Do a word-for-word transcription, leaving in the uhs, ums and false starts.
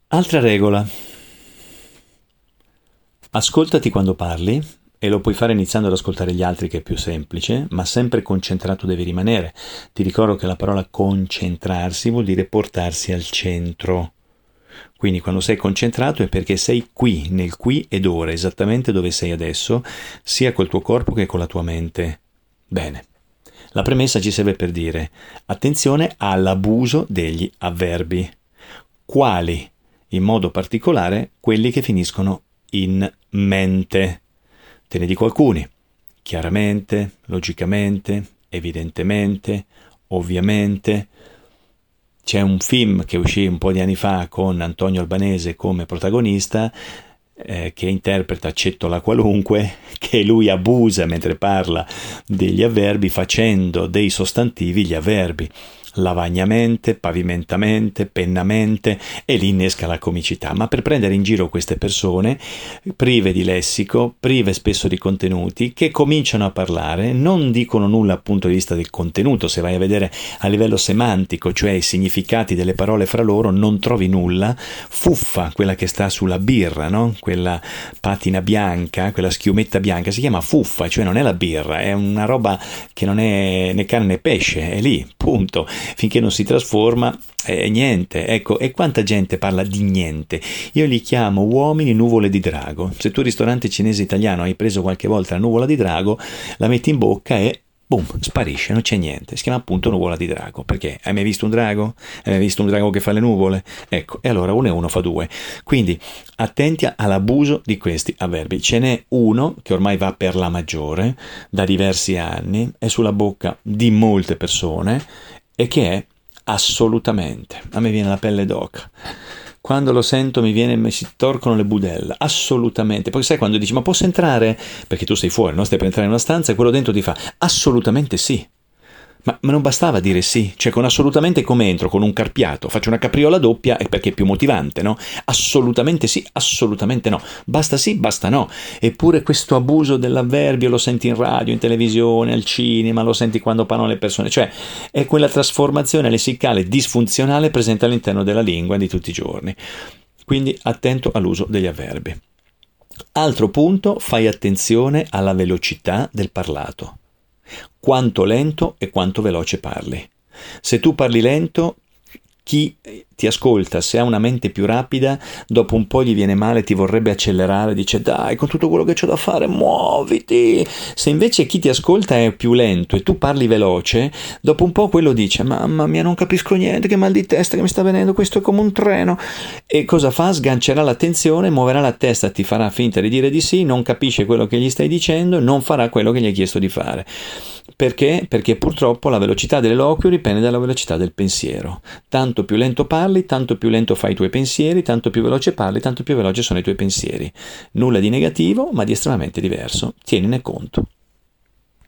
Altra regola: ascoltati quando parli, e lo puoi fare iniziando ad ascoltare gli altri, che è più semplice, ma sempre concentrato devi rimanere. Ti ricordo che la parola concentrarsi vuol dire portarsi al centro. Quindi quando sei concentrato è perché sei qui, nel qui ed ora, esattamente dove sei adesso, sia col tuo corpo che con la tua mente. Bene. La premessa ci serve per dire: attenzione all'abuso degli avverbi. Quali? In modo particolare quelli che finiscono in mente. Te ne dico alcuni: chiaramente, logicamente, evidentemente, ovviamente. C'è un film che uscì un po' di anni fa con Antonio Albanese come protagonista, eh, che interpreta Cettola Qualunque, che lui abusa mentre parla degli avverbi facendo dei sostantivi gli avverbi. Lavagnamente, pavimentamente, pennamente, e lì innesca la comicità. Ma per prendere in giro queste persone, prive di lessico, prive spesso di contenuti, che cominciano a parlare, non dicono nulla dal punto di vista del contenuto. Se vai a vedere a livello semantico, cioè i significati delle parole fra loro, non trovi nulla. Fuffa, quella che sta sulla birra, no? Quella patina bianca, quella schiumetta bianca, si chiama fuffa, cioè non è la birra, è una roba che non è né carne né pesce, è lì, punto. Finché non si trasforma, è niente. Ecco, e quanta gente parla di niente. Io li chiamo uomini nuvole di drago. Se tu, ristorante cinese italiano, hai preso qualche volta la nuvola di drago, la metti in bocca e boom, sparisce, non c'è niente. Si chiama appunto nuvola di drago. Perché? Hai mai visto un drago? Hai mai visto un drago che fa le nuvole? Ecco, e allora uno e uno fa due. Quindi attenti all'abuso di questi avverbi. Ce n'è uno che ormai va per la maggiore da diversi anni, è sulla bocca di molte persone, e che è assolutamente. A me viene la pelle d'oca. Quando lo sento mi viene, mi si torcono le budella. Assolutamente. Poi sai quando dici: ma posso entrare? Perché tu sei fuori, no? Stai per entrare in una stanza e quello dentro ti fa: assolutamente sì. Ma, ma non bastava dire sì, cioè con assolutamente come entro? Con un carpiato, faccio una capriola doppia perché è più motivante, no? Assolutamente sì, assolutamente no, basta sì, basta no. Eppure questo abuso dell'avverbio lo senti in radio, in televisione, al cinema, lo senti quando parlano le persone, cioè è quella trasformazione lessicale disfunzionale presente all'interno della lingua di tutti i giorni. Quindi attento all'uso degli avverbi. Altro punto: fai attenzione alla velocità del parlato. Quanto lento e quanto veloce parli. Se tu parli lento, chi ti ascolta, se ha una mente più rapida, dopo un po' gli viene male, ti vorrebbe accelerare, dice: dai, con tutto quello che c'ho da fare, muoviti. Se invece chi ti ascolta è più lento e tu parli veloce, dopo un po' quello dice: mamma mia, non capisco niente, che mal di testa che mi sta venendo, questo è come un treno. E cosa fa? Sgancerà l'attenzione, muoverà la testa, ti farà finta di dire di sì, non capisce quello che gli stai dicendo, non farà quello che gli hai chiesto di fare. Perché? Perché purtroppo la velocità dell'eloquio dipende dalla velocità del pensiero. Tanto più lento parli, tanto più lento fai i tuoi pensieri, tanto più veloce parli, tanto più veloci sono i tuoi pensieri. Nulla di negativo, ma di estremamente diverso. Tienine conto.